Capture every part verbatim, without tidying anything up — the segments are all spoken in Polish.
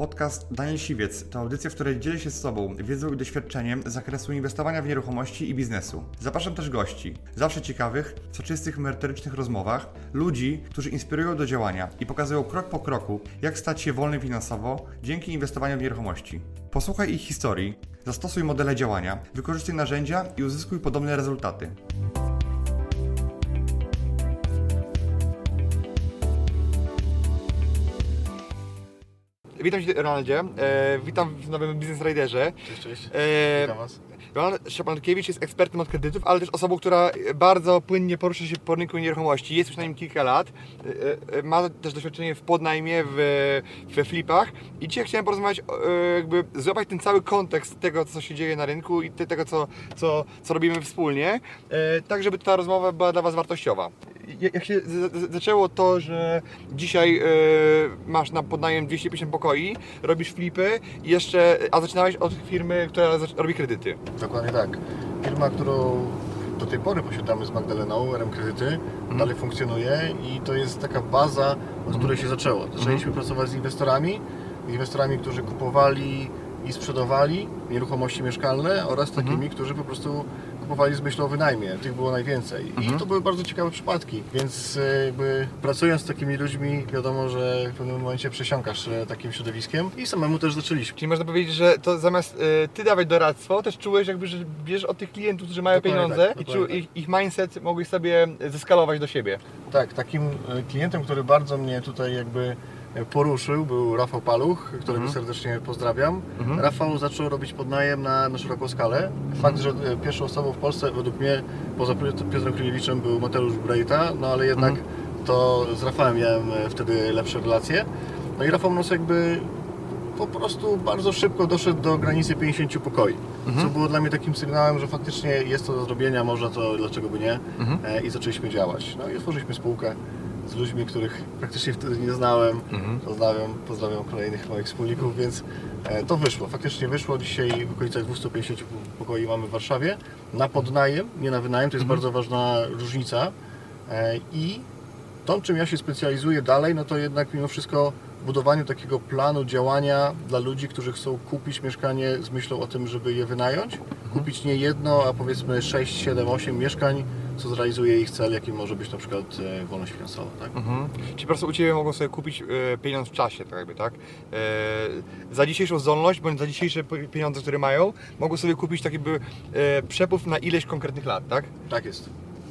Podcast Daniel Siwiec to audycja, w której dzielę się z Tobą wiedzą i doświadczeniem z zakresu inwestowania w nieruchomości i biznesu. Zapraszam też gości, zawsze ciekawych, w soczystych, merytorycznych rozmowach, ludzi, którzy inspirują do działania i pokazują krok po kroku, jak stać się wolnym finansowo dzięki inwestowaniu w nieruchomości. Posłuchaj ich historii, zastosuj modele działania, wykorzystuj narzędzia i uzyskuj podobne rezultaty. Witam Cię, Ronaldzie. E, witam w nowym Business Riderze. Cześć, cześć. E, Witam Was. Ronald Szczepankiewicz jest ekspertem od kredytów, ale też osobą, która bardzo płynnie porusza się po rynku nieruchomości. Jest już na nim kilka lat. E, e, ma też doświadczenie w podnajmie, w, we flipach. I dzisiaj chciałem porozmawiać, e, jakby złapać ten cały kontekst tego, co się dzieje na rynku i te, tego, co, co, co robimy wspólnie, e, tak żeby ta rozmowa była dla Was wartościowa. Jak się zaczęło to, że dzisiaj e, masz na podnajem dwieście pięćdziesiąt pokoi, robisz flipy i jeszcze, a zaczynałeś od firmy, która robi kredyty. Dokładnie tak. Firma, którą do tej pory posiadamy z Magdaleną, R M Kredyty, mhm. dalej funkcjonuje i to jest taka baza, od mhm. której się zaczęło. Zaczęliśmy mhm. pracować z inwestorami, inwestorami, którzy kupowali i sprzedawali nieruchomości mieszkalne oraz takimi, mhm. którzy po prostu kupowali z myślą o wynajmie. Tych było najwięcej. Mhm. I to były bardzo ciekawe przypadki. Więc jakby pracując z takimi ludźmi, wiadomo, że w pewnym momencie przesiąkasz takim środowiskiem i samemu też zaczęliśmy. Czyli można powiedzieć, że to zamiast y, Ty dawać doradztwo, też czułeś jakby, że bierzesz od tych klientów, którzy mają dokładnie pieniądze tak, i czu, tak. ich, ich mindset mogłeś sobie zeskalować do siebie. Tak, takim klientem, który bardzo mnie tutaj jakby poruszył, był Rafał Paluch, którego mhm. serdecznie pozdrawiam. Mhm. Rafał zaczął robić podnajem na, na szeroką skalę. Fakt, że pierwszą osobą w Polsce według mnie poza Piotrem Kryliewiczem był Mateusz Brejta, no ale jednak mhm. to z Rafałem miałem wtedy lepsze relacje. No i Rafał nas jakby po prostu bardzo szybko doszedł do granicy pięćdziesięciu pokoi, mhm. co było dla mnie takim sygnałem, że faktycznie jest to do zrobienia, można to, dlaczego by nie, mhm. i zaczęliśmy działać. No i otworzyliśmy spółkę z ludźmi, których praktycznie wtedy nie znałem. Mhm. Pozdrawiam, pozdrawiam kolejnych moich wspólników, więc e, to wyszło. Faktycznie wyszło. Dzisiaj w okolicach dwieście pięćdziesiąt pokoi mamy w Warszawie. Na podnajem, nie na wynajem, to jest mhm. bardzo ważna różnica. E, I to, czym ja się specjalizuję dalej, no to jednak mimo wszystko w budowaniu takiego planu działania dla ludzi, którzy chcą kupić mieszkanie z myślą o tym, żeby je wynająć. Mhm. Kupić nie jedno, a powiedzmy sześć, siedem, osiem mieszkań, co zrealizuje ich cel, jakim może być na przykład e, wolność finansowa, tak? Mhm. Czyli po prostu u Ciebie mogą sobie kupić e, pieniądz w czasie, tak jakby, tak? E, za dzisiejszą zdolność, bądź za dzisiejsze pieniądze, które mają, mogą sobie kupić taki jakby e, przepływ na ileś konkretnych lat, tak? Tak jest.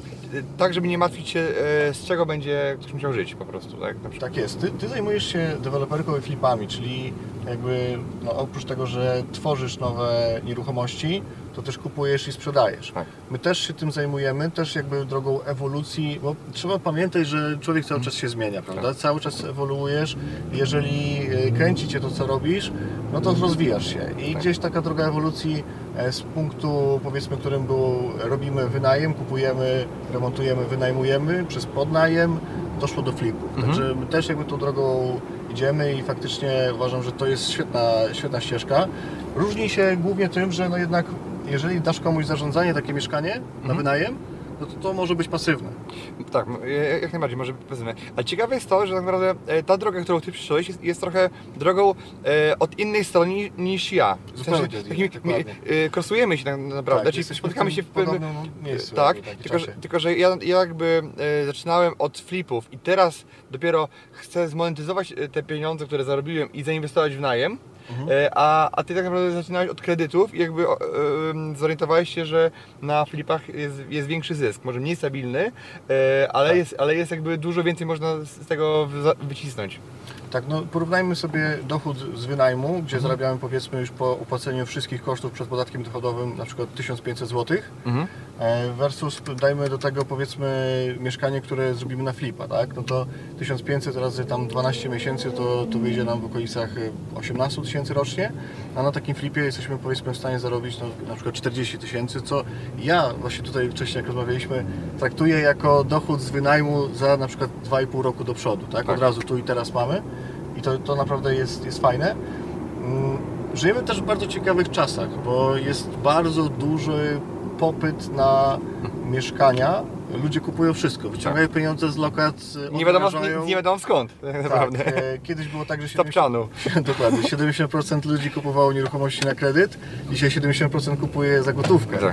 Tak, żeby nie martwić się, e, z czego będzie ktoś musiał żyć po prostu, tak? Tak jest. Ty, ty zajmujesz się deweloperką i flipami, czyli jakby no, oprócz tego, że tworzysz nowe nieruchomości, to też kupujesz i sprzedajesz. Tak. My też się tym zajmujemy, też jakby drogą ewolucji, bo trzeba pamiętać, że człowiek cały czas się zmienia, prawda? Tak. Cały czas ewoluujesz, jeżeli kręci Cię to, co robisz, no to rozwijasz się. I tak. gdzieś taka droga ewolucji z punktu, powiedzmy, którym był, robimy wynajem, kupujemy, remontujemy, wynajmujemy, przez podnajem, doszło do flipu. Mhm. Także my też jakby tą drogą idziemy i faktycznie uważam, że to jest świetna, świetna ścieżka. Różni się głównie tym, że no jednak jeżeli dasz komuś zarządzanie takie mieszkanie mhm. na wynajem, no to to może być pasywne. Tak, jak najbardziej może być pasywne. Ale ciekawe jest to, że tak naprawdę ta droga, którą Ty przyszedłeś, jest, jest trochę drogą e, od innej strony niż ja. W sensie, takimi, e, krosujemy się tak naprawdę, tak, czyli spotykamy się w pewnym miejscu. Tak, tylko że, tylko że ja, ja jakby e, zaczynałem od flipów i teraz dopiero chcę zmonetyzować te pieniądze, które zarobiłem i zainwestować w najem. Mhm. A, a Ty tak naprawdę zaczynałeś od kredytów i jakby e, zorientowałeś się, że na flipach jest, jest większy zysk, może mniej stabilny, e, ale, tak. jest, ale jest jakby dużo więcej można z tego wycisnąć. Tak, no porównajmy sobie dochód z wynajmu, gdzie mhm. zarabiamy powiedzmy już po upłaceniu wszystkich kosztów przed podatkiem dochodowym na przykład tysiąc pięćset złotych mhm. versus dajmy do tego powiedzmy mieszkanie, które zrobimy na flipa, tak? No to tysiąc pięćset razy tam dwanaście miesięcy to, to wyjdzie nam w okolicach osiemnaście tysięcy rocznie, a na takim flipie jesteśmy powiedzmy w stanie zarobić no, na przykład czterdzieści tysięcy, co ja właśnie tutaj wcześniej jak rozmawialiśmy traktuję jako dochód z wynajmu za na przykład dwa i pół roku do przodu, tak? tak. Od razu tu i teraz mamy. I to, to naprawdę jest, jest fajne. Żyjemy też w bardzo ciekawych czasach, bo jest bardzo duży popyt na mieszkania ludzie kupują wszystko, wyciągają tak. pieniądze z lokat, nie wiadomo, nie, nie wiadomo skąd, tak naprawdę. Tak, kiedyś było tak, że siedemdziesiąt, dokładnie, siedemdziesiąt procent ludzi kupowało nieruchomości na kredyt, dzisiaj siedemdziesiąt procent kupuje za gotówkę. Tak.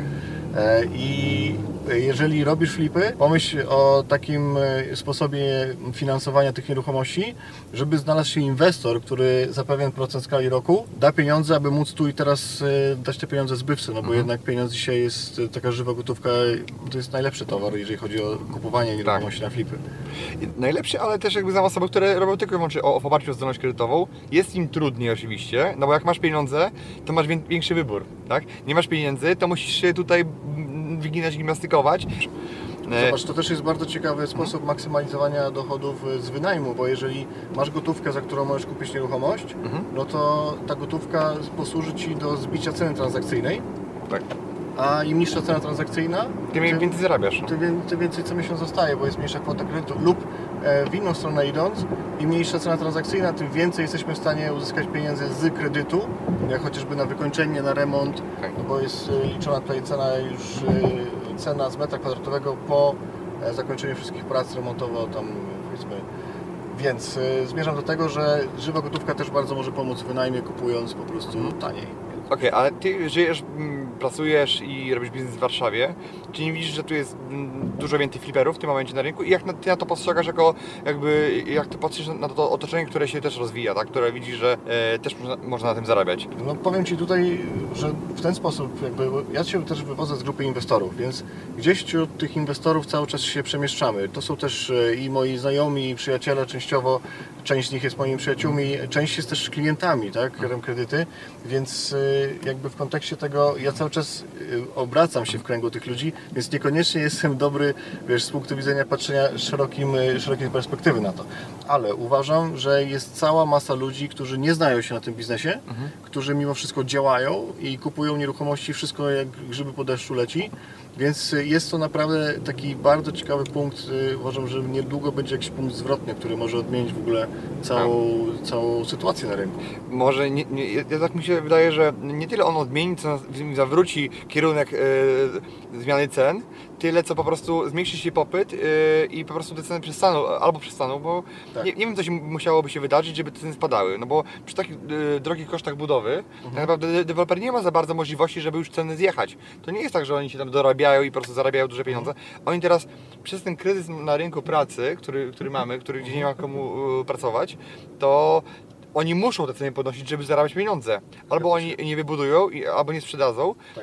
I jeżeli robisz flipy, pomyśl o takim sposobie finansowania tych nieruchomości, żeby znalazł się inwestor, który za pewien procent skali roku da pieniądze, aby móc tu i teraz dać te pieniądze zbywcy, no bo mhm. jednak pieniądz dzisiaj jest taka żywa gotówka, to jest najlepszy towar, jeżeli chodzi o kupowanie nieruchomości tak. na flipy. Najlepszy, ale też jakby znam osoby, które robią tylko i wyłącznie o, w oparciu o zdolność kredytową. Jest im trudniej oczywiście, no bo jak masz pieniądze, to masz większy wybór, tak? Nie masz pieniędzy, to musisz się tutaj wyginać, gimnastykować. Zobacz, to też jest bardzo ciekawy sposób maksymalizowania dochodów z wynajmu, bo jeżeli masz gotówkę, za którą możesz kupić nieruchomość, mhm. no to ta gotówka posłuży Ci do zbicia ceny transakcyjnej. Tak. A im niższa cena transakcyjna, tym ty, więcej zarabiasz. Tym, tym więcej co miesiąc zostaje, bo jest mniejsza kwota kredytu. Lub w inną stronę idąc, im mniejsza cena transakcyjna, tym więcej jesteśmy w stanie uzyskać pieniędzy z kredytu, jak chociażby na wykończenie, na remont, okay. no bo jest liczona tutaj cena już cena z metra kwadratowego po zakończeniu wszystkich prac remontowo tam powiedzmy. Więc zmierzam do tego, że żywa gotówka też bardzo może pomóc w wynajmie, kupując po prostu taniej. Okej, okay, ale Ty żyjesz, pracujesz i robisz biznes w Warszawie, czy nie widzisz, że tu jest dużo więcej fliperów w tym momencie na rynku i jak Ty na to postrzegasz jako jakby, jak Ty patrzysz na to otoczenie, które się też rozwija, tak? Które widzisz, że e, też można, można na tym zarabiać? No powiem Ci tutaj, że w ten sposób jakby, ja się też wywodzę z grupy inwestorów, więc gdzieś wśród tych inwestorów cały czas się przemieszczamy. To są też i moi znajomi, i przyjaciele częściowo, część z nich jest moimi przyjaciółmi, część jest też klientami, tak? Kierują kredyty, więc jakby w kontekście tego ja cały czas obracam się w kręgu tych ludzi, więc niekoniecznie jestem dobry, wiesz, z punktu widzenia patrzenia szerokim, szerokiej perspektywy na to. Ale uważam, że jest cała masa ludzi, którzy nie znają się na tym biznesie, mhm. którzy mimo wszystko działają i kupują nieruchomości, wszystko jak grzyby po deszczu leci. Więc jest to naprawdę taki bardzo ciekawy punkt. Uważam, że niedługo będzie jakiś punkt zwrotny, który może odmienić w ogóle całą, całą sytuację na rynku. Może, nie, nie, ja, tak mi się wydaje, że nie tyle on odmieni, co zawróci kierunek yy, zmiany cen, tyle co po prostu zmniejszy się popyt yy, i po prostu te ceny przestaną, albo przestaną, bo tak. nie, nie wiem, co się musiałoby się wydarzyć, żeby te ceny spadały, no bo przy takich yy, drogich kosztach budowy mhm. tak naprawdę deweloper nie ma za bardzo możliwości, żeby już ceny zjechać. To nie jest tak, że oni się tam dorabiają i po prostu zarabiają duże pieniądze. Oni teraz przez ten kryzys na rynku pracy, który, który mamy, który gdzie nie ma komu yy, pracować, to oni muszą te ceny podnosić, żeby zarabiać pieniądze. Albo oni nie wybudują, albo nie sprzedadzą, tak.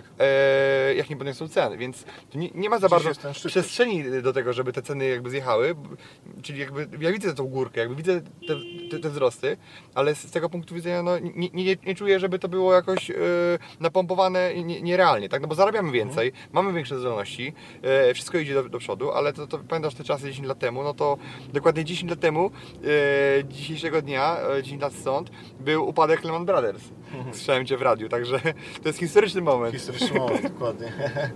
e, jak nie podniosą cen. Więc nie, nie ma za bardzo przestrzeni do tego, żeby te ceny jakby zjechały. Czyli jakby ja widzę tą górkę, jakby widzę te, te, te wzrosty, ale z tego punktu widzenia no, nie, nie, nie czuję, żeby to było jakoś e, napompowane nie, nierealnie, tak? No bo zarabiamy więcej, mhm. mamy większe zdolności, e, wszystko idzie do, do przodu, ale to, to pamiętasz te czasy dziesięć lat temu, no to dokładnie dziesięć lat temu, e, dzisiejszego dnia, e, dziesięć lat stąd, był upadek Lehman Brothers. Mhm. Słyszałem Cię w radiu, także to jest historyczny moment. Historyczny moment, dokładnie.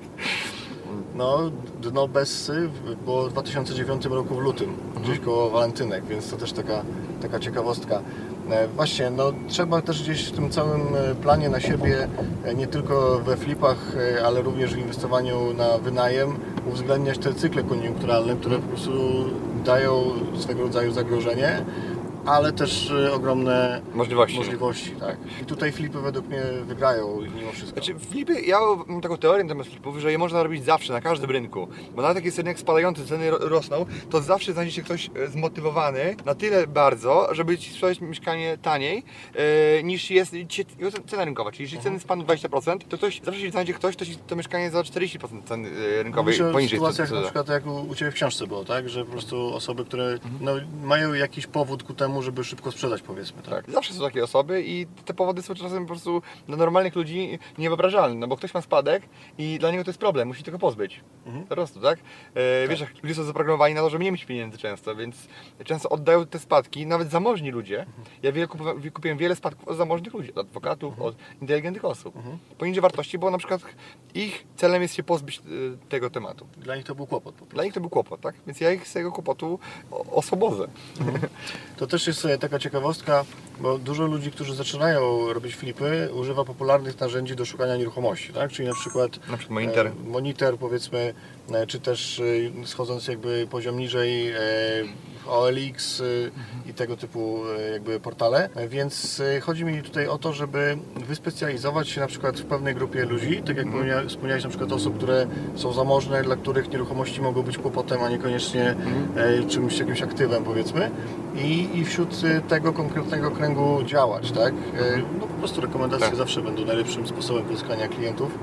No, dno Bessy było w dwa tysiące dziewiątym roku w lutym, mhm. gdzieś koło walentynek, więc to też taka, taka ciekawostka. Właśnie, no trzeba też gdzieś w tym całym planie na siebie, nie tylko we flipach, ale również w inwestowaniu na wynajem, uwzględniać te cykle koniunkturalne, które po prostu dają swego rodzaju zagrożenie, ale też ogromne możliwości. możliwości tak. I tutaj flipy według mnie wygrają mimo wszystko. Znaczy flipy, ja mam taką teorię na temat flipów, że je można robić zawsze, na każdym rynku. Bo nawet jak jest rynek spadający, ceny rosną, to zawsze znajdzie się ktoś zmotywowany na tyle bardzo, żeby Ci sprzedać mieszkanie taniej yy, niż jest cena rynkowa. Czyli jeżeli ceny spadną dwadzieścia procent, to ktoś, zawsze się znajdzie ktoś, kto Ci to mieszkanie za czterdzieści procent ceny rynkowej Myślę, poniżej. W sytuacjach na przykład jak u, u Ciebie w książce było, tak? Że po prostu osoby, które mhm. no, mają jakiś powód ku temu, żeby szybko sprzedać, powiedzmy. Tak? Tak, zawsze są takie osoby i te powody są czasem po prostu dla normalnych ludzi niewyobrażalne, no bo ktoś ma spadek i dla niego to jest problem, musi tego pozbyć. Mhm. Po prostu, tak? E, tak? Wiesz, jak ludzie są zaprogramowani na to, żeby nie mieć pieniędzy często, więc często oddają te spadki, nawet zamożni ludzie. Mhm. Ja wiele kupiłem, kupiłem wiele spadków od zamożnych ludzi, od adwokatów, mhm. od inteligentnych osób. Mhm. Poniżej wartości, bo na przykład ich celem jest się pozbyć y, tego tematu. Dla nich to był kłopot po prostu. Dla nich to był kłopot, tak? Więc ja ich z tego kłopotu oswobodzę. Mhm. To też jest taka ciekawostka, bo dużo ludzi, którzy zaczynają robić flipy, używa popularnych narzędzi do szukania nieruchomości, tak? Czyli na przykład, na przykład monitor. E, monitor powiedzmy, e, czy też e, schodząc jakby poziom niżej, e, O L X e, i tego typu e, jakby portale. E, więc e, chodzi mi tutaj o to, żeby wyspecjalizować się na przykład w pewnej grupie ludzi, tak jak mm. wspomniałeś, na przykład osób, które są zamożne, dla których nieruchomości mogą być kłopotem, a niekoniecznie e, czymś, jakimś aktywem powiedzmy. I, i wśród tego konkretnego kręgu działać, tak? No po prostu rekomendacje tak. zawsze będą najlepszym sposobem pozyskania klientów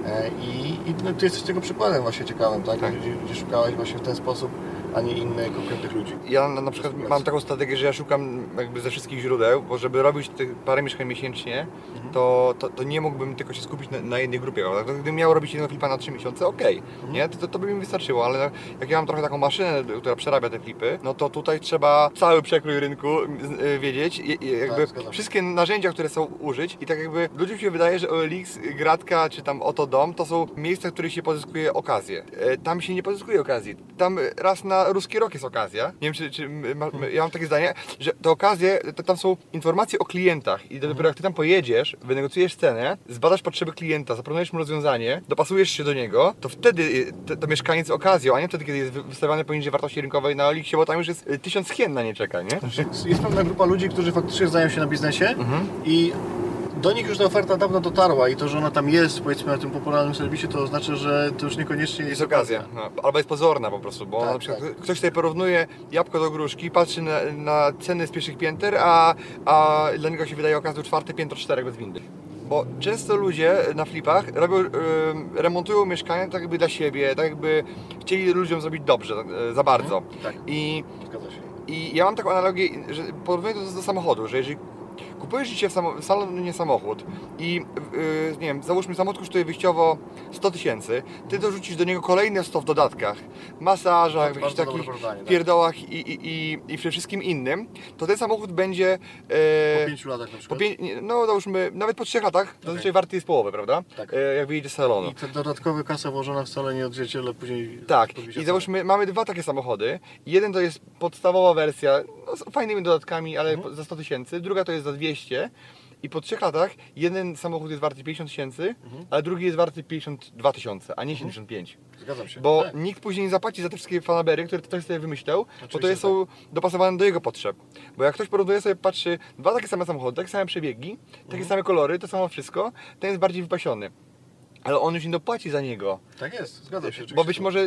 i, i no, ty jesteś tego przykładem właśnie ciekawym, tak? tak. Gdzie, gdzie szukałeś właśnie w ten sposób, a nie innych konkretnych ludzi. Ja na, na przykład mam taką strategię, że ja szukam jakby ze wszystkich źródeł, bo żeby robić te parę mieszkań miesięcznie, mhm. to, to, to nie mógłbym tylko się skupić na, na jednej grupie. Gdybym miał robić jednego flipa na trzy miesiące, okej, okay, mhm. nie? To, to, to by mi wystarczyło, ale jak ja mam trochę taką maszynę, która przerabia te flipy, no to tutaj trzeba cały przekrój rynku wiedzieć, i, i jakby tak, wszystkie narzędzia, które są użyć i tak jakby ludziom się wydaje, że O L X, Gratka czy tam Oto Dom to są miejsca, w których się pozyskuje okazję. Tam się nie pozyskuje okazji. Tam raz na ruski rok jest okazja. Nie wiem, czy, czy ma, ja mam takie zdanie, że te okazje, to tam są informacje o klientach i dopiero jak ty tam pojedziesz, wynegocjujesz cenę, zbadasz potrzeby klienta, zaproponujesz mu rozwiązanie, dopasujesz się do niego, to wtedy to, to mieszkanie jest okazją, a nie wtedy, kiedy jest wystawiane poniżej wartości rynkowej na O L X-ie, bo tam już jest tysiąc hien na nie czeka, nie? Jest pewna grupa ludzi, którzy faktycznie znają się na biznesie mhm. i do nich już ta oferta dawno dotarła i to, że ona tam jest, powiedzmy, na tym popularnym serwisie, to oznacza, że to już niekoniecznie jest, jest okazja. No, albo jest pozorna po prostu, bo tak, na przykład tak. ktoś sobie porównuje jabłko do gruszki, patrzy na, na ceny z pierwszych pięter, a, a dla niego się wydaje okazja czwarte piętro czterech bez windy. Bo często ludzie na flipach robią, yy, remontują mieszkania tak jakby dla siebie, tak jakby chcieli ludziom zrobić dobrze, yy, za bardzo. Mhm, tak. I, Zgadza się. I ja mam taką analogię, że porównuję to do samochodu, że jeżeli kupujesz dzisiaj w, samo, w salonie samochód i yy, nie wiem, załóżmy samochód kosztuje wyjściowo sto tysięcy, ty dorzucisz do niego kolejne sto w dodatkach, masażach, w jakichś takich pierdołach tak. i, i, i, i przede wszystkim innym, to ten samochód będzie yy, po pięciu latach na przykład? Po pię- no załóżmy, nawet po trzech latach, okay. zazwyczaj warty jest połowę, prawda? Tak. Yy, jak wyjdzie z salonu. I te dodatkowe kasa włożona wcale nie odzwierciedla później... Tak, i załóżmy, mamy dwa takie samochody, jeden to jest podstawowa wersja, no, z fajnymi dodatkami, ale mhm. za sto tysięcy, druga to jest za dwieście i po trzech latach jeden samochód jest warty pięćdziesiąt tysięcy, mhm. ale drugi jest warty pięćdziesiąt dwa tysiące, a nie siedemdziesiąt pięć. Zgadzam się. Bo tak. nikt później nie zapłaci za te wszystkie fanabery, które ktoś sobie wymyślał, Oczywiście, bo to są tak. dopasowane do jego potrzeb. Bo jak ktoś porównuje sobie, patrzy, dwa takie same samochody, takie same przebiegi, mhm. takie same kolory, to samo wszystko, ten jest bardziej wypasiony. Ale on już nie dopłaci za niego. Tak jest, zgadzam się. Bo być może y,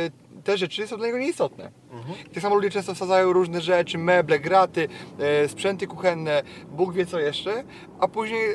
te rzeczy są dla niego nieistotne. Mhm. Tak samo ludzie często wsadzają różne rzeczy, meble, graty, y, sprzęty kuchenne, Bóg wie co jeszcze, a później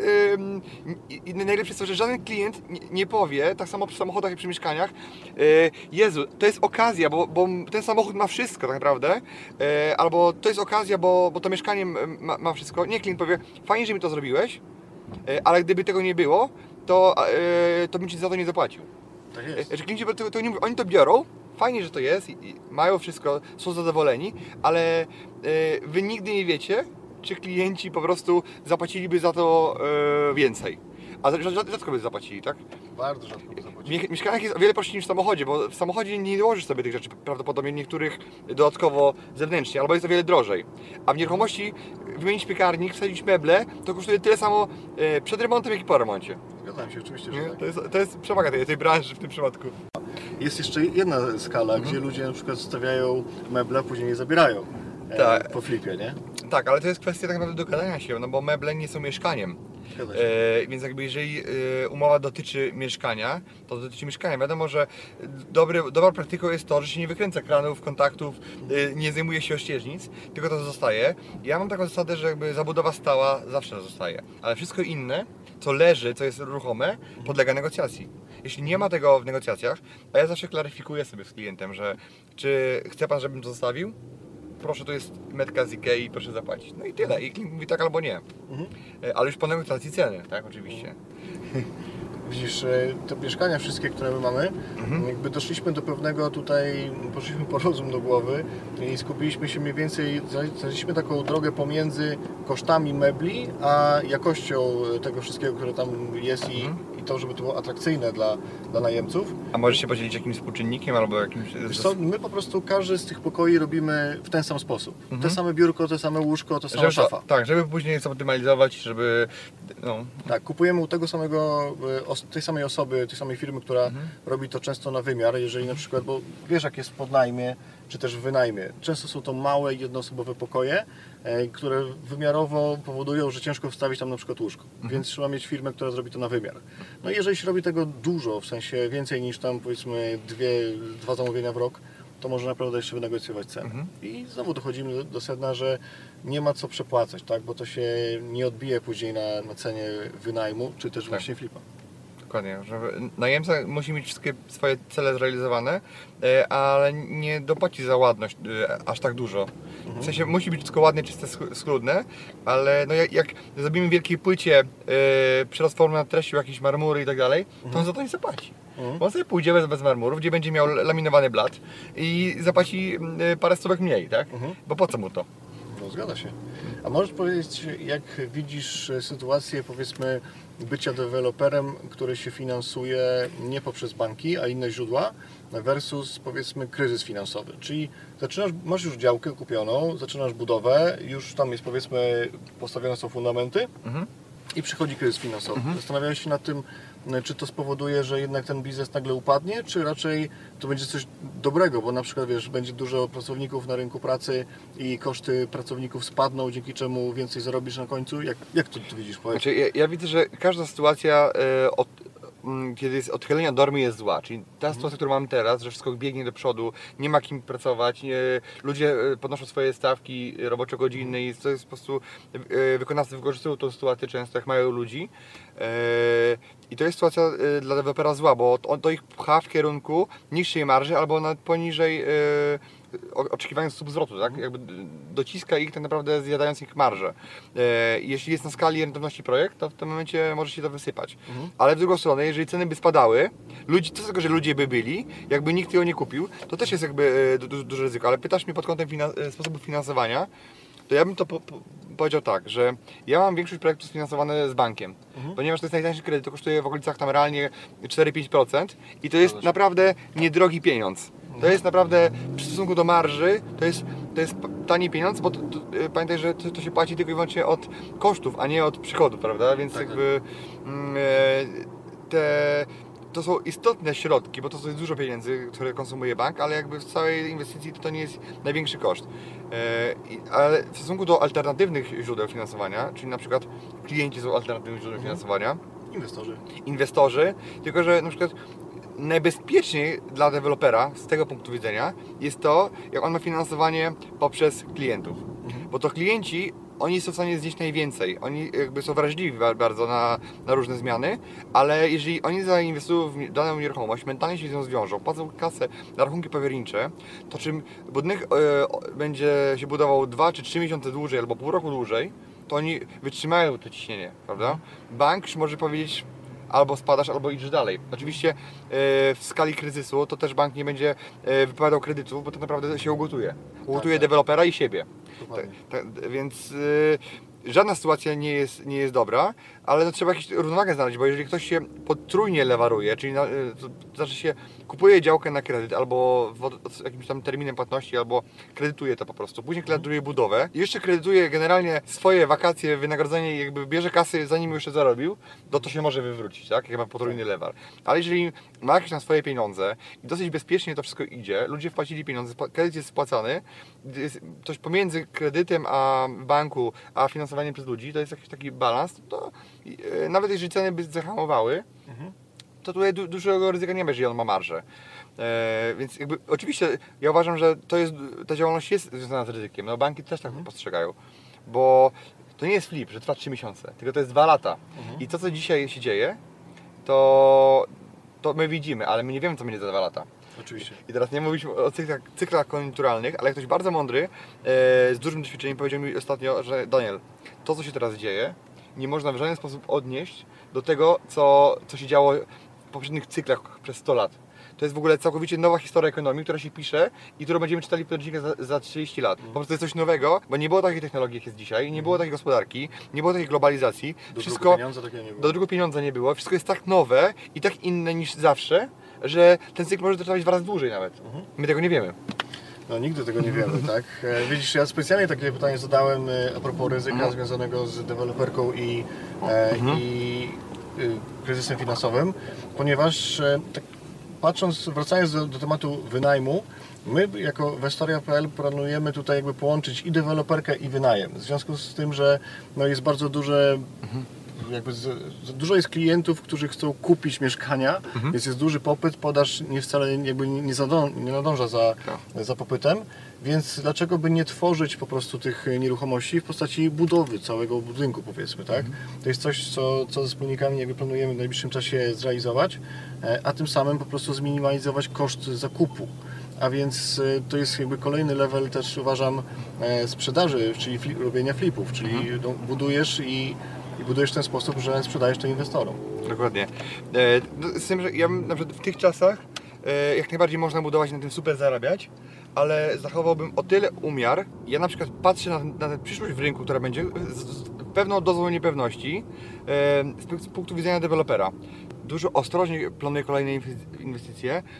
y, y, najlepsze jest to, że żaden klient nie, nie powie, tak samo przy samochodach i przy mieszkaniach, y, Jezu, to jest okazja, bo, bo ten samochód ma wszystko tak naprawdę, y, albo to jest okazja, bo, bo to mieszkanie ma, ma wszystko. Nie, klient powie, fajnie, że mi to zrobiłeś, y, ale gdyby tego nie było, to, yy, to bym ci za to nie zapłacił. Tak jest. Że klienci to, to nie mówią, oni to biorą, fajnie, że to jest, i, i mają wszystko, są zadowoleni, ale yy, wy nigdy nie wiecie, czy klienci po prostu zapłaciliby za to yy, więcej. A rzadko by zapłacili, tak? Bardzo rzadko by zapłacili. W mieszkaniach jest o wiele prościej niż w samochodzie, bo w samochodzie nie dołożysz sobie tych rzeczy prawdopodobnie niektórych dodatkowo zewnętrznie, albo jest o wiele drożej. A w nieruchomości wymienić piekarnik, wsadzić meble, to kosztuje tyle samo przed remontem, jak i po remoncie. Zgadzam się, oczywiście, że tak. To jest, to jest przewaga tej, tej branży w tym przypadku. Jest jeszcze jedna skala, mhm. gdzie ludzie na przykład stawiają meble, a później je zabierają. Tak. Po flipie, nie? Tak, ale to jest kwestia tak naprawdę dogadania się, no bo meble nie są mieszkaniem. E, więc jakby jeżeli e, umowa dotyczy mieszkania, to dotyczy mieszkania. Wiadomo, że dobry, dobrą praktyką jest to, że się nie wykręca kranów, kontaktów, e, nie zajmuje się ościeżnic, tylko to zostaje. Ja mam taką zasadę, że jakby zabudowa stała zawsze zostaje, ale wszystko inne, co leży, co jest ruchome, podlega negocjacji. Jeśli nie ma tego w negocjacjach, a ja zawsze klaryfikuję sobie z klientem, że czy chce pan, żebym to zostawił? Proszę, to jest metka z Ikei, proszę zapłacić. No i tyle. I klient mówi tak albo nie. Mhm. Ale już po negocjacji ceny, tak? Oczywiście. Widzisz, te mieszkania wszystkie, które my mamy, mhm. jakby doszliśmy do pewnego tutaj, poszliśmy po rozum do głowy i skupiliśmy się mniej więcej, znaleźliśmy taką drogę pomiędzy kosztami mebli, a jakością tego wszystkiego, które tam jest i, i to, żeby to było atrakcyjne dla, dla najemców. A możesz się podzielić jakimś współczynnikiem albo jakimś... Wiesz co, my po prostu każdy z tych pokoi robimy w ten sam sposób. Mhm. Te same biurko, te same łóżko, to sama żeby, szafa. Tak, żeby później zoptymalizować, żeby... No. Tak, kupujemy u tego samego, tej samej osoby, tej samej firmy, która mhm. robi to często na wymiar, jeżeli na przykład, bo wiesz jak jest w podnajmie, czy też w wynajmie. Często są to małe, jednoosobowe pokoje, które wymiarowo powodują, że ciężko wstawić tam na przykład łóżko. Mhm. Więc trzeba mieć firmę, która zrobi to na wymiar. No i jeżeli się robi tego dużo, w sensie więcej niż tam powiedzmy dwie, dwa zamówienia w rok, to może naprawdę jeszcze wynegocjować cenę. Mhm. I znowu dochodzimy do, do sedna, że nie ma co przepłacać, tak? Bo to się nie odbije później na, na cenie wynajmu, czy też tak. właśnie flipa. Dokładnie, że najemca musi mieć wszystkie swoje cele zrealizowane, ale nie dopłaci za ładność aż tak dużo. W sensie musi być wszystko ładnie, czyste, schludne, ale no jak, jak zrobimy w wielkiej płycie yy, przerost formy nad treścią, jakieś marmury i tak dalej, to on za to nie zapłaci. Mhm. Bo on sobie pójdzie bez, bez marmurów, gdzie będzie miał laminowany blat i zapłaci yy, parę stówek mniej, tak? Mhm. Bo po co mu to? No zgadza się. A możesz powiedzieć, jak widzisz sytuację, powiedzmy, bycia deweloperem, który się finansuje nie poprzez banki, a inne źródła, versus powiedzmy kryzys finansowy. Czyli zaczynasz, masz już działkę kupioną, zaczynasz budowę, już tam jest powiedzmy postawione są fundamenty mhm. i przychodzi kryzys finansowy. Mhm. Zastanawiałeś się nad tym, czy to spowoduje, że jednak ten biznes nagle upadnie, czy raczej to będzie coś dobrego, bo na przykład wiesz, będzie dużo pracowników na rynku pracy i koszty pracowników spadną, dzięki czemu więcej zarobisz na końcu? Jak, jak to ty widzisz? Znaczy, ja, ja widzę, że każda sytuacja y, od, y, kiedy jest odchylenia normy jest zła, czyli ta mhm. sytuacja, którą mamy teraz, że wszystko biegnie do przodu, nie ma kim pracować, nie, ludzie podnoszą swoje stawki roboczo-godzinne i to jest po prostu y, wykonawcy wykorzystują tą sytuację często, jak mają ludzi. Y, I to jest sytuacja y, dla dewelopera zła, bo on to ich pcha w kierunku niższej marży albo nawet poniżej y, oczekiwając subzwrotu, tak? Jakby dociska ich tak naprawdę zjadając ich marżę. E, jeśli jest na skali rentowności projekt, to w tym momencie może się to wysypać. Mhm. Ale w drugą stronę, jeżeli ceny by spadały, ludzi, to z tego, że ludzie by byli, jakby nikt tego nie kupił, to też jest jakby du, du, duże ryzyko. Ale pytasz mnie pod kątem finan- sposobu finansowania, to ja bym to po, po, powiedział tak, że ja mam większość projektów sfinansowane z bankiem, mhm. ponieważ to jest najtańszy kredyt, to kosztuje w okolicach tam realnie cztery do pięciu procent i to jest naprawdę niedrogi pieniądz. To jest naprawdę w stosunku do marży, to jest, to jest tani pieniądz, bo to, to, pamiętaj, że to, to się płaci tylko i wyłącznie od kosztów, a nie od przychodów, prawda? Więc tak, jakby mm, te, to są istotne środki, bo to jest dużo pieniędzy, które konsumuje bank, ale jakby w całej inwestycji to, to nie jest największy koszt. Ale w stosunku do alternatywnych źródeł finansowania, czyli na przykład klienci są alternatywnym źródłem mhm. finansowania. Inwestorzy. Inwestorzy, tylko że na przykład najbezpieczniej dla dewelopera z tego punktu widzenia jest to, jak on ma finansowanie poprzez klientów. Mhm. Bo to klienci, oni są w stanie znieść najwięcej. Oni jakby są wrażliwi bardzo na, na różne zmiany, ale jeżeli oni zainwestują w daną nieruchomość, mentalnie się z nią zwiążą, płacą kasę na rachunki powiernicze, to czym budynek e, będzie się budował dwa czy trzy miesiące dłużej albo pół roku dłużej, to oni wytrzymają to ciśnienie, prawda? Bank już może powiedzieć, albo spadasz, albo idziesz dalej. Oczywiście e, w skali kryzysu to też bank nie będzie e, wypowiadał kredytów, bo to naprawdę się ugotuje. Ugotuje tak, dewelopera i siebie. Ta, ta, więc e, żadna sytuacja nie jest, nie jest dobra, ale to trzeba jakąś równowagę znaleźć, bo jeżeli ktoś się potrójnie lewaruje, czyli na, to znaczy się kupuje działkę na kredyt albo w, z jakimś tam terminem płatności, albo kredytuje to po prostu, później kredytuje budowę i jeszcze kredytuje generalnie swoje wakacje, wynagrodzenie i jakby bierze kasy zanim już się zarobił, to to się może wywrócić, tak? Jak ma potrójny lewar. Ale jeżeli ma jakieś na swoje pieniądze i dosyć bezpiecznie to wszystko idzie, ludzie wpłacili pieniądze, kredyt jest spłacany, jest coś pomiędzy kredytem a banku, a finansowaniem przez ludzi, to jest jakiś taki balans, to e, nawet jeżeli ceny by zahamowały, mhm. to tutaj du dużego ryzyka nie ma, jeżeli on ma marżę. E, więc jakby oczywiście ja uważam, że to jest, ta działalność jest związana z ryzykiem, no banki też tak mhm. postrzegają, bo to nie jest flip, że trwa trzy miesiące, tylko to jest dwa lata. Mhm. I to, co dzisiaj się dzieje, to, to my widzimy, ale my nie wiemy, co będzie za dwa lata. Oczywiście. I teraz nie mówiliśmy o cyklach, cyklach koniunkturalnych, ale ktoś bardzo mądry, e, z dużym doświadczeniem powiedział mi ostatnio, że Daniel, to, co się teraz dzieje, nie można w żaden sposób odnieść do tego, co, co się działo w poprzednich cyklach przez sto lat. to jest w ogóle całkowicie nowa historia ekonomii, która się pisze i którą będziemy czytali w podręcznikach za, za trzydzieści lat. Po prostu jest coś nowego, bo nie było takiej technologii, jak jest dzisiaj, nie było takiej gospodarki, nie było takiej globalizacji. Do wszystko, drugiego pieniądza takiego nie było. Do drugiego pieniądza nie było. Wszystko jest tak nowe i tak inne niż zawsze, że ten cykl może trwać dwa razy dłużej nawet. Mhm. My tego nie wiemy. No nigdy tego nie wiemy, tak? E, widzisz, ja specjalnie takie pytanie zadałem e, a propos ryzyka mhm. związanego z deweloperką i, e, mhm. i e, kryzysem finansowym, ponieważ e, tak patrząc, wracając do, do tematu wynajmu, my jako Westoria kropka p l planujemy tutaj jakby połączyć i deweloperkę i wynajem. W związku z tym, że no, jest bardzo duże mhm. jakby z, z, dużo jest klientów, którzy chcą kupić mieszkania, mhm. więc jest duży popyt, podaż nie wcale jakby nie, zadą, nie nadąża za, no. za popytem, więc dlaczego by nie tworzyć po prostu tych nieruchomości w postaci budowy całego budynku, powiedzmy, tak? Mhm. To jest coś, co, co ze wspólnikami jakby planujemy w najbliższym czasie zrealizować, a tym samym po prostu zminimalizować koszt zakupu. A więc to jest jakby kolejny level też uważam sprzedaży, czyli flip, robienia flipów, czyli mhm. budujesz i I budujesz w ten sposób, że sprzedajesz to inwestorom. Dokładnie. E, z tym, że ja na przykład w tych czasach e, jak najbardziej można budować na tym super zarabiać, ale zachowałbym o tyle umiar. Ja na przykład patrzę na, na tę przyszłość w rynku, która będzie z, z pewną dozą niepewności e, z punktu widzenia dewelopera. Dużo ostrożnie planuję kolejne inwestycje, e,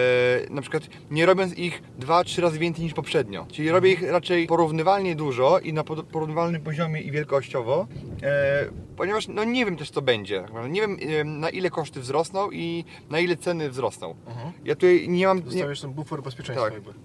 na przykład nie robiąc ich dwa, trzy razy więcej niż poprzednio. Czyli robię ich raczej porównywalnie dużo i na porównywalnym poziomie i wielkościowo, e, ponieważ no nie wiem też co będzie. Nie wiem e, na ile koszty wzrosną i na ile ceny wzrosną. Mhm. Ja tutaj nie mam... Zostawiasz ten bufor bezpieczeństwa. Tak. Jakby.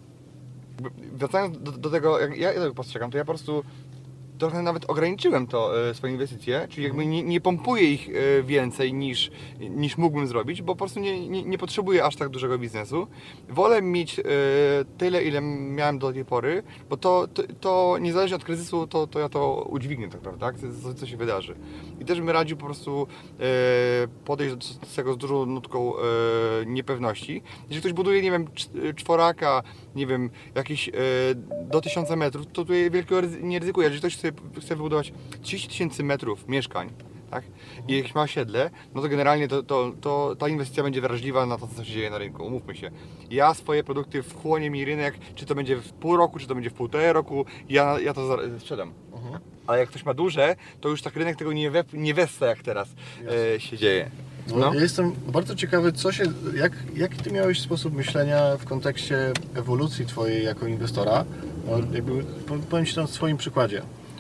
Wracając do, do tego, jak ja tego postrzegam, to ja po prostu trochę nawet ograniczyłem to, e, swoje inwestycje, czyli jakby nie, nie pompuję ich e, więcej niż, niż mógłbym zrobić, bo po prostu nie, nie, nie potrzebuję aż tak dużego biznesu. Wolę mieć e, tyle, ile miałem do tej pory, bo to, to, to niezależnie od kryzysu, to, to ja to udźwignę tak naprawdę, tak? Co, co się wydarzy. I też bym radził po prostu e, podejść do tego z dużą nutką e, niepewności. Jeżeli ktoś buduje, nie wiem, czworaka, nie wiem, jakieś e, do tysiąca metrów, to tutaj wielkiego nie ryzykuje. Jeżeli ktoś chce wybudować trzydzieści tysięcy metrów mieszkań, tak, i jakieś ma osiedle, no to generalnie to, to, to ta inwestycja będzie wrażliwa na to, co się dzieje na rynku, umówmy się. Ja swoje produkty wchłonie mi rynek, czy to będzie w pół roku, czy to będzie w półtora roku, ja, ja to sprzedam. Mhm. Ale jak ktoś ma duże, to już tak rynek tego nie, we, nie wessa, jak teraz e, się dzieje. No. Ja jestem bardzo ciekawy, co się, jak, jaki Ty miałeś sposób myślenia w kontekście ewolucji Twojej jako inwestora. No, jakby, powiem Ci to na swoim przykładzie.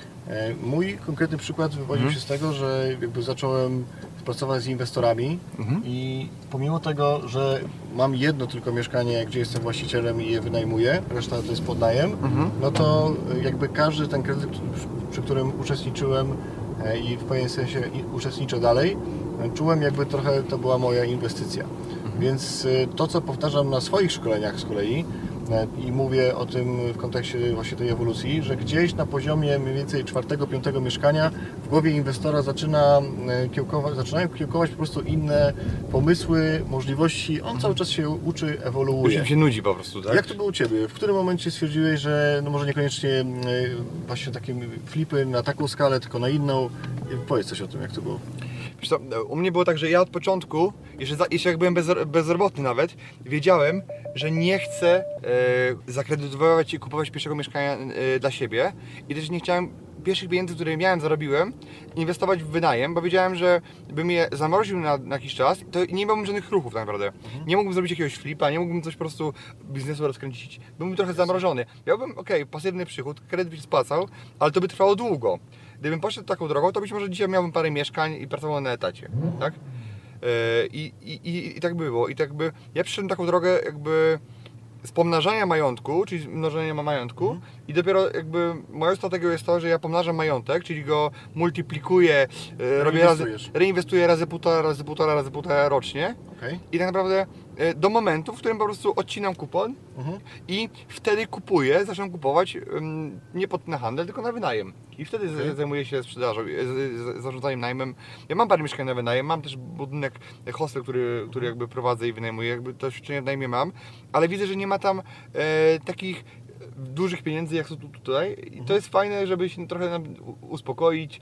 Mój konkretny przykład wywodził mhm. się z tego, że jakby zacząłem pracować z inwestorami mhm. i pomimo tego, że mam jedno tylko mieszkanie, gdzie jestem właścicielem i je wynajmuję, reszta to jest podnajem, mhm. no to jakby każdy ten kredyt, przy którym uczestniczyłem i w pewien sensie uczestniczę dalej, czułem jakby trochę to była moja inwestycja. Mhm. Więc to, co powtarzam na swoich szkoleniach z kolei i mówię o tym w kontekście właśnie tej ewolucji, że gdzieś na poziomie mniej więcej czwartego, piątego mieszkania w głowie inwestora zaczyna kiełkować, zaczynają kiełkować po prostu inne pomysły, możliwości. On cały czas się uczy, ewoluuje. Już się nudzi po prostu, tak? Jak to było u Ciebie? W którym momencie stwierdziłeś, że no może niekoniecznie właśnie takie flipy na taką skalę, tylko na inną? Powiedz coś o tym, jak to było. Wiesz co, u mnie było tak, że ja od początku, jeszcze, za, jeszcze jak byłem bezro, bezrobotny nawet, wiedziałem, że nie chcę e, zakredytować i kupować pierwszego mieszkania e, dla siebie i też nie chciałem pierwszych pieniędzy, które miałem, zarobiłem, inwestować w wynajem, bo wiedziałem, że bym je zamroził na, na jakiś czas, to nie miałbym żadnych ruchów tak naprawdę. Mhm. Nie mógłbym zrobić jakiegoś flipa, nie mógłbym coś po prostu biznesu rozkręcić. Byłbym trochę zamrożony. Miałbym, okej, okay, pasywny przychód, kredyt by się spłacał, ale to by trwało długo. Gdybym poszedł taką drogą, to być może dzisiaj miałbym parę mieszkań i pracował na etacie, tak? Yy, i, i, I tak było. I tak by ja przyszedłem taką drogę jakby z pomnażania majątku, czyli mnożenia majątku mhm. i dopiero jakby moją strategią jest to, że ja pomnażam majątek, czyli go multiplikuję, yy, robię razy, reinwestuję razy półtora, razy półtora, razy półtora rocznie okay. i tak naprawdę yy, do momentu, w którym po prostu odcinam kupon mhm. i wtedy kupuję, zaczynam kupować yy, nie pod na handel, tylko na wynajem. I wtedy okay. zajmuję się sprzedażą, z, zarządzaniem najmem. Ja mam parę mieszkań na wynajem, mam też budynek, hostel, który, który jakby prowadzę i wynajmuję, jakby to świadczenie w najmie mam, ale widzę, że nie ma tam e, takich dużych pieniędzy jak są tu, tutaj i to jest fajne, żeby się trochę uspokoić,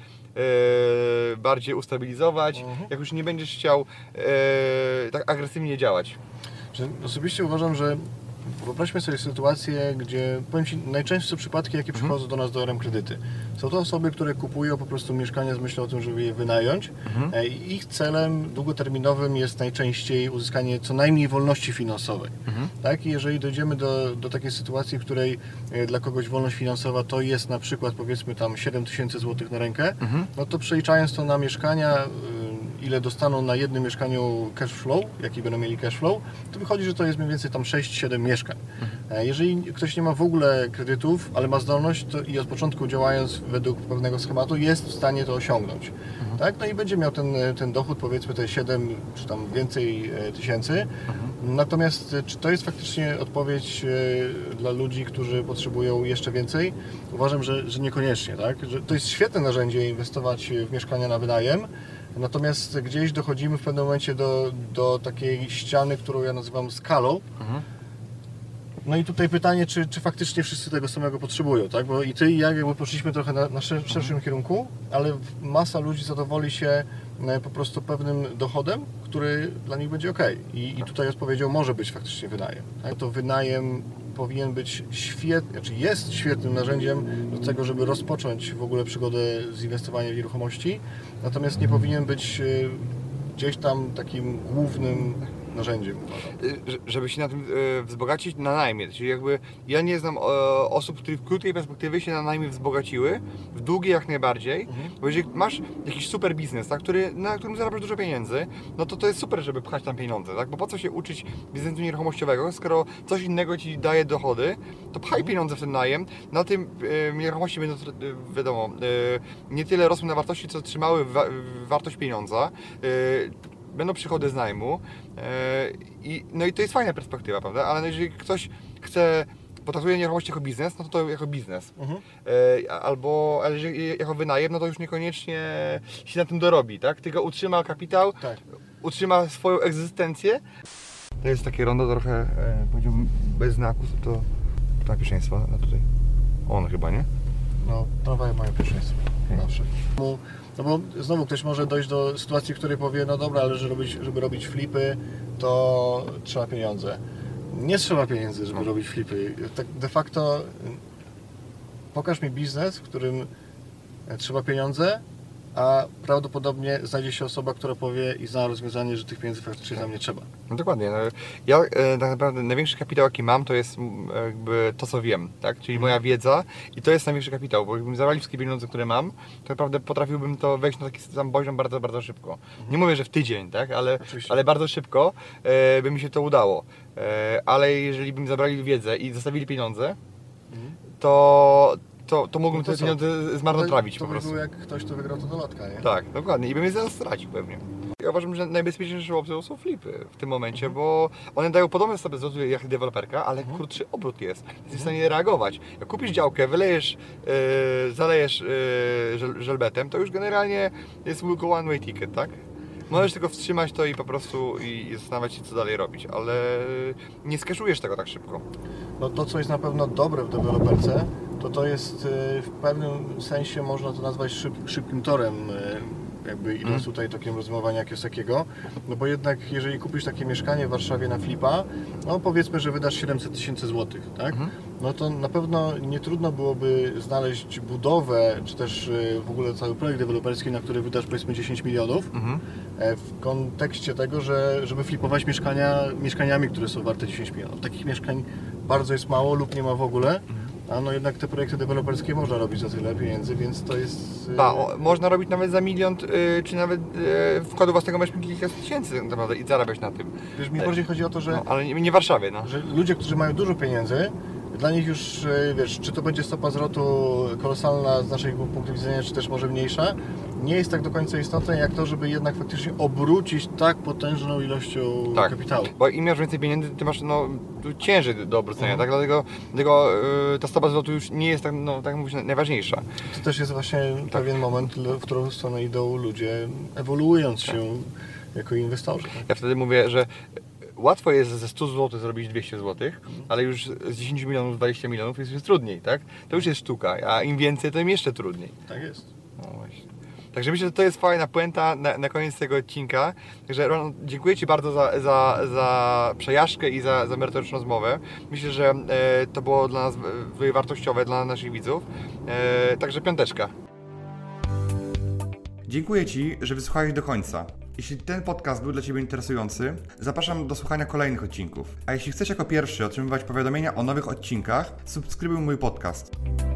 e, bardziej ustabilizować, uh-huh. jak już nie będziesz chciał e, tak agresywnie działać. Osobiście uważam, że wyobraźmy sobie sytuację, gdzie, powiem Ci, najczęstsze przypadki, jakie mhm. przychodzą do nas do R M Kredyty. Są to osoby, które kupują po prostu mieszkania z myślą o tym, żeby je wynająć. Mhm. I ich celem długoterminowym jest najczęściej uzyskanie co najmniej wolności finansowej. Mhm. Tak? I jeżeli dojdziemy do, do takiej sytuacji, w której dla kogoś wolność finansowa to jest na przykład powiedzmy tam siedem tysięcy złotych na rękę, mhm. no to przeliczając to na mieszkania, ile dostaną na jednym mieszkaniu cash flow, jaki będą mieli cash flow, to wychodzi, że to jest mniej więcej tam sześć siedem mieszkań. Mhm. Jeżeli ktoś nie ma w ogóle kredytów, ale ma zdolność to i od początku działając według pewnego schematu, jest w stanie to osiągnąć. Mhm. Tak? No i będzie miał ten, ten dochód, powiedzmy te siedem czy tam więcej tysięcy. Mhm. Natomiast czy to jest faktycznie odpowiedź dla ludzi, którzy potrzebują jeszcze więcej? Uważam, że, że niekoniecznie. Tak? Że to jest świetne narzędzie inwestować w mieszkania na wynajem. Natomiast gdzieś dochodzimy w pewnym momencie do, do takiej ściany, którą ja nazywam skalą. Mhm. No i tutaj pytanie, czy, czy faktycznie wszyscy tego samego potrzebują, tak? Bo i Ty i ja jakby poszliśmy trochę na, na szerszym mhm. kierunku, ale masa ludzi zadowoli się po prostu pewnym dochodem, który dla nich będzie ok. I, i tutaj odpowiedzią może być faktycznie wynajem. Tak? To wynajem powinien być świetny, czy jest świetnym narzędziem do tego, żeby rozpocząć w ogóle przygodę z inwestowaniem w nieruchomości, natomiast nie powinien być gdzieś tam takim głównym narzędziem. Żeby się na tym wzbogacić na najmie, czyli jakby ja nie znam osób, które w krótkiej perspektywie się na najmie wzbogaciły, w długiej jak najbardziej, mhm. bo jeżeli masz jakiś super biznes, tak, który, na którym zarabiasz dużo pieniędzy, no to to jest super, żeby pchać tam pieniądze, tak, bo po co się uczyć biznesu nieruchomościowego, skoro coś innego Ci daje dochody, to pchaj mhm. pieniądze w ten najem, na tym e, nieruchomości będą, wiadomo, e, nie tyle rosły na wartości, co trzymały wa wartość pieniądza, e, będą przychody z najmu yy, i, no i to jest fajna perspektywa, prawda? Ale jeżeli ktoś chce, potraktuje nieruchomości jako biznes, no to to jako biznes. Mhm. Yy, albo ale jeżeli jako wynajem, no to już niekoniecznie się na tym dorobi, tak? Tylko utrzyma kapitał, tak. utrzyma swoją egzystencję. To jest takie rondo trochę, e, powiedziałbym, bez znaku, to, to ma pierwszeństwo na tutaj. On chyba, nie? No, tramwaje mają pierwszeństwo, zawsze. No bo znowu ktoś może dojść do sytuacji, w której powie, no dobra, ale żeby robić, żeby robić flipy, to trzeba pieniądze. Nie trzeba pieniędzy, żeby no. robić flipy. Tak de facto pokaż mi biznes, w którym trzeba pieniądze, a prawdopodobnie znajdzie się osoba, która powie i zna rozwiązanie, że tych pieniędzy faktycznie nam nie trzeba. No dokładnie. No, ja e, tak naprawdę największy kapitał, jaki mam, to jest jakby to, co wiem, tak? Czyli moja wiedza i to jest największy kapitał, bo jakbym zabrali wszystkie pieniądze, które mam, to naprawdę potrafiłbym to wejść na taki sam poziom bardzo, bardzo szybko. Nie mówię, że w tydzień, tak? Ale, ale bardzo szybko e, by mi się to udało. E, ale jeżeli by mi zabrali wiedzę i zostawili pieniądze, to To, to mógłbym no to te pieniądze zmarnotrawić to, po prostu. To by było jak ktoś, kto wygrał to do lotka, nie? Tak, dokładnie. I bym je zaraz stracił pewnie. Ja uważam, że najbezpieczniejszą opcją są flipy w tym momencie, mhm. bo one dają podobne sobie zwroty jak deweloperka, ale mhm. krótszy obrót jest. Jesteś mhm. w stanie reagować. Jak kupisz działkę, wylejesz, yy, zalejesz yy, żel żelbetem, to już generalnie jest tylko one way ticket, tak? Możesz tylko wstrzymać to i po prostu i, i zastanawiać się, co dalej robić, ale nie skeszujesz tego tak szybko. No to, co jest na pewno dobre w deweloperce, to to jest w pewnym sensie można to nazwać szyb, szybkim torem, jakby idąc mm. tutaj tokiem rozumowania Kiosakiego, no bo jednak jeżeli kupisz takie mieszkanie w Warszawie na flipa, no powiedzmy, że wydasz siedemset tysięcy złotych, tak? Mm. No to na pewno nie trudno byłoby znaleźć budowę, czy też w ogóle cały projekt deweloperski, na który wydasz powiedzmy dziesięć milionów, mm. w kontekście tego, że żeby flipować mieszkania mieszkaniami, które są warte dziesięć milionów. Takich mieszkań bardzo jest mało lub nie ma w ogóle. Mm. A no jednak te projekty deweloperskie można robić za tyle pieniędzy, więc to jest... Ba, o, można robić nawet za milion, yy, czy nawet yy, wkładu własnego masz kilka tysięcy tak naprawdę i zarabiać na tym. Wiesz, mi bardziej chodzi o to, że... No, ale nie, nie w Warszawie, no. Że ludzie, którzy mają dużo pieniędzy, dla nich już, wiesz, czy to będzie stopa zwrotu kolosalna z naszego punktu widzenia, czy też może mniejsza, nie jest tak do końca istotne, jak to, żeby jednak faktycznie obrócić tak potężną ilością tak, kapitału. Bo im masz więcej pieniędzy, ty masz no, ciężej do obrócenia, mhm. tak? Dlatego, dlatego yy, ta stopa zwrotu już nie jest tak, no, tak mówić, najważniejsza. To też jest właśnie tak. pewien moment, w którą stronę idą ludzie, ewoluując tak. się jako inwestorzy. Tak? Ja wtedy mówię, że łatwo jest ze stu złotych zrobić dwieście złotych, ale już z dziesięciu milionów, dwudziestu milionów jest już trudniej, tak? To już jest sztuka, a im więcej, to im jeszcze trudniej. Tak jest. No właśnie. Także myślę, że to jest fajna puenta na, na koniec tego odcinka. Także Roland, dziękuję Ci bardzo za, za, za przejażdżkę i za, za merytoryczną rozmowę. Myślę, że e, to było dla nas e, wartościowe, dla naszych widzów. E, także piąteczka. Dziękuję Ci, że wysłuchałeś do końca. Jeśli ten podcast był dla Ciebie interesujący, zapraszam do słuchania kolejnych odcinków. A jeśli chcesz jako pierwszy otrzymywać powiadomienia o nowych odcinkach, subskrybuj mój podcast.